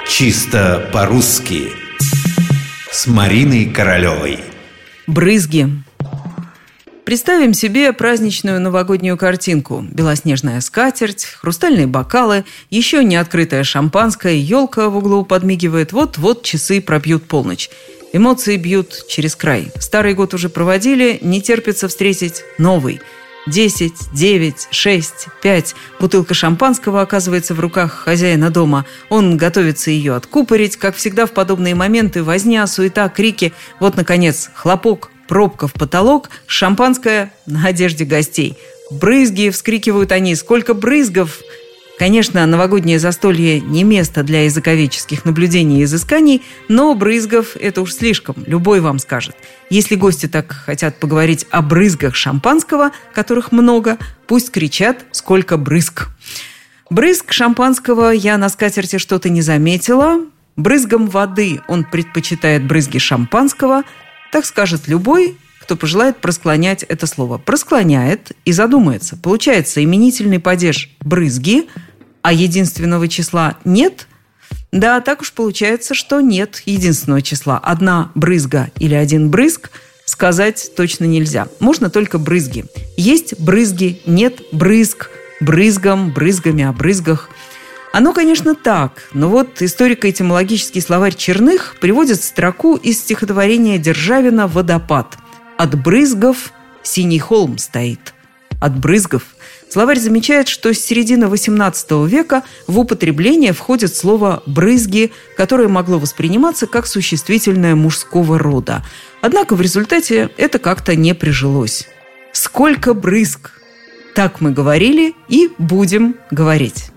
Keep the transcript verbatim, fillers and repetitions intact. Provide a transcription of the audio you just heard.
Чисто по-русски с Мариной Королевой. Брызги. Представим себе праздничную новогоднюю картинку. Белоснежная скатерть, хрустальные бокалы, еще не открытое шампанское, елка в углу подмигивает. Вот-вот часы пробьют полночь. Эмоции бьют через край. Старый год уже проводили, не терпится встретить новый. Десять, девять, шесть, пять. Бутылка шампанского оказывается в руках хозяина дома. Он готовится ее откупорить. Как всегда в подобные моменты возня, суета, крики. Вот, наконец, хлопок, пробка в потолок, шампанское на одежде гостей. Брызги, вскрикивают они. Сколько брызгов! Конечно, новогоднее застолье не место для языковедческих наблюдений и изысканий, но брызгов – это уж слишком, любой вам скажет. Если гости так хотят поговорить о брызгах шампанского, которых много, пусть кричат «сколько брызг». Брызг шампанского я на скатерти что-то не заметила. Брызгом воды он предпочитает брызги шампанского. Так скажет любой, кто пожелает просклонять это слово. Просклоняет и задумается. Получается именительный падеж «брызги», а единственного числа нет? Да, так уж получается, что нет единственного числа. Одна брызга или один брызг сказать точно нельзя. Можно только брызги. Есть брызги, нет брызг, брызгом, брызгами о брызгах. Оно, конечно, так, но вот историко-этимологический словарь Черных приводит строку из стихотворения Державина «Водопад». «От брызгов синий холм стоит». От брызгов. Словарь замечает, что с середины восемнадцатого века в употребление входит слово «брызги», которое могло восприниматься как существительное мужского рода. Однако в результате это как-то не прижилось. Сколько брызг! Так мы говорили и будем говорить.